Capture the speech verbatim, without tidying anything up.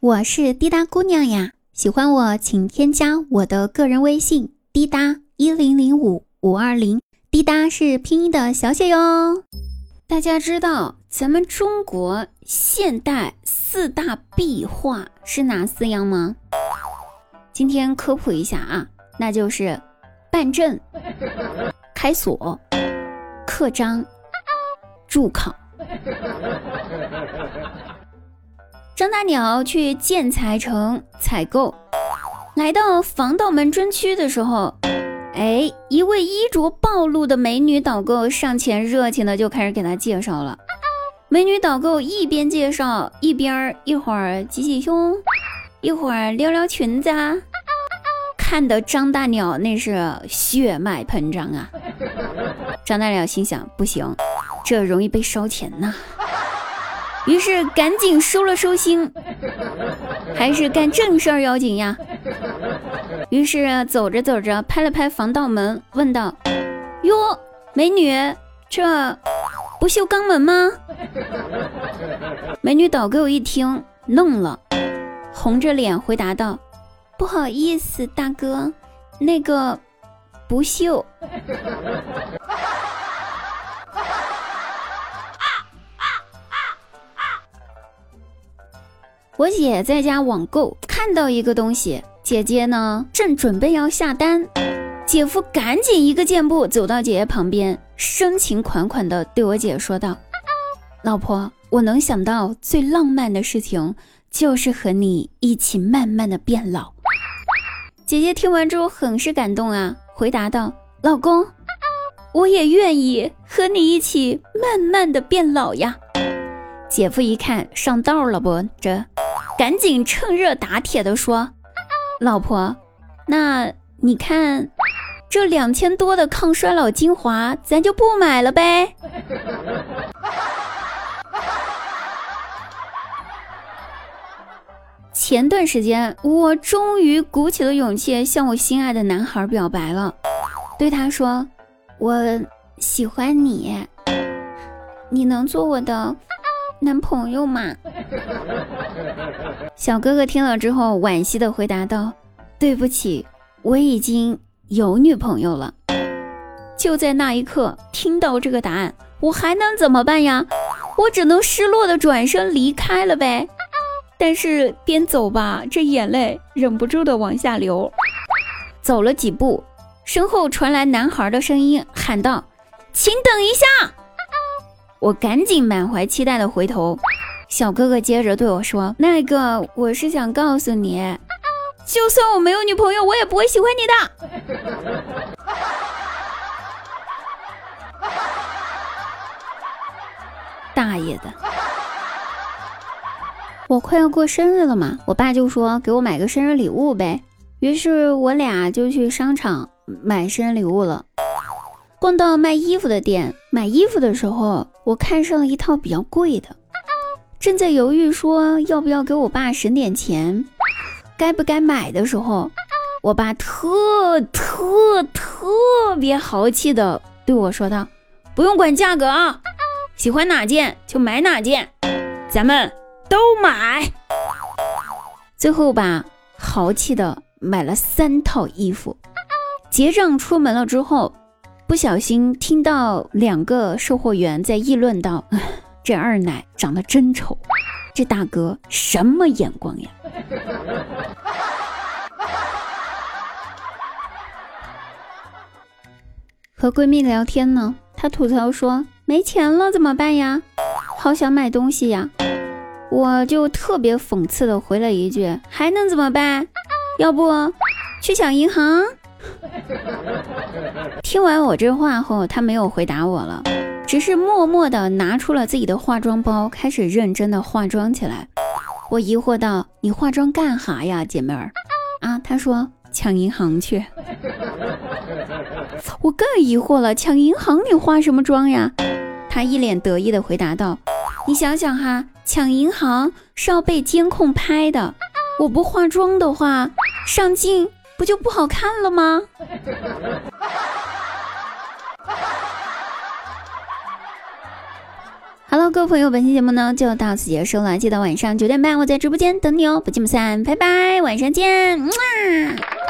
我是滴答姑娘呀，喜欢我请添加我的个人微信滴答一零零五五二零，滴答是拼音的小写哟。大家知道咱们中国现代四大壁画是哪四样吗？今天科普一下啊，那就是办证、开锁、刻章、筑考。张大鸟去建材城采购，来到防盗门专区的时候，哎，一位衣着暴露的美女导购上前热情的就开始给他介绍了。美女导购一边介绍，一边一会儿挤挤胸，一会儿撩撩裙子啊，看得张大鸟那是血脉喷张啊。张大鸟心想，不行，这容易被烧钱呐。于是赶紧收了收心，还是干正事儿要紧呀。于是走着走着拍了拍防盗门，问道：哟，美女，这不锈钢门吗？美女导购一听愣了，红着脸回答道：不好意思大哥，那个不锈。我姐在家网购，看到一个东西，姐姐呢正准备要下单，姐夫赶紧一个箭步走到姐姐旁边，深情款款地对我姐说道：老婆，我能想到最浪漫的事情就是和你一起慢慢的变老。姐姐听完之后很是感动啊，回答道：老公，我也愿意和你一起慢慢的变老呀。姐夫一看上道了不，这赶紧趁热打铁的说：老婆，那你看这两千多的抗衰老精华咱就不买了呗。前段时间我终于鼓起了勇气向我心爱的男孩表白了，对他说：我喜欢你，你能做我的男朋友吗？小哥哥听了之后惋惜地回答道：对不起，我已经有女朋友了。就在那一刻听到这个答案，我还能怎么办呀？我只能失落地转身离开了呗。但是边走吧，这眼泪忍不住地往下流。走了几步，身后传来男孩的声音喊道：请等一下。我赶紧满怀期待的回头，小哥哥接着对我说：那个，我是想告诉你，就算我没有女朋友，我也不会喜欢你的。大爷的！我快要过生日了嘛，我爸就说给我买个生日礼物呗，于是我俩就去商场买生日礼物了。逛到卖衣服的店，买衣服的时候，我看上了一套比较贵的，正在犹豫说要不要给我爸省点钱，该不该买的时候，我爸特特特别豪气的对我说道：不用管价格啊，喜欢哪件就买哪件，咱们都买。最后吧，豪气的买了三套衣服，结账出门了之后，不小心听到两个售货员在议论道：这二奶长得真丑，这大哥什么眼光呀。和闺蜜聊天呢，她吐槽说没钱了怎么办呀，好想买东西呀。我就特别讽刺的回了一句：还能怎么办，要不去抢银行。听完我这话后，他没有回答我了，只是默默地拿出了自己的化妆包，开始认真地化妆起来。我疑惑道：你化妆干哈呀，姐妹儿？啊，他说抢银行去。我更疑惑了，抢银行你化什么妆呀？他一脸得意地回答道：你想想哈，抢银行是要被监控拍的，我不化妆的话，上镜不就不好看了吗？ Hello， 各位朋友，本期节目呢就到此结束了，记得晚上九点半我在直播间等你哦，不见不散，拜拜，晚上见。嗯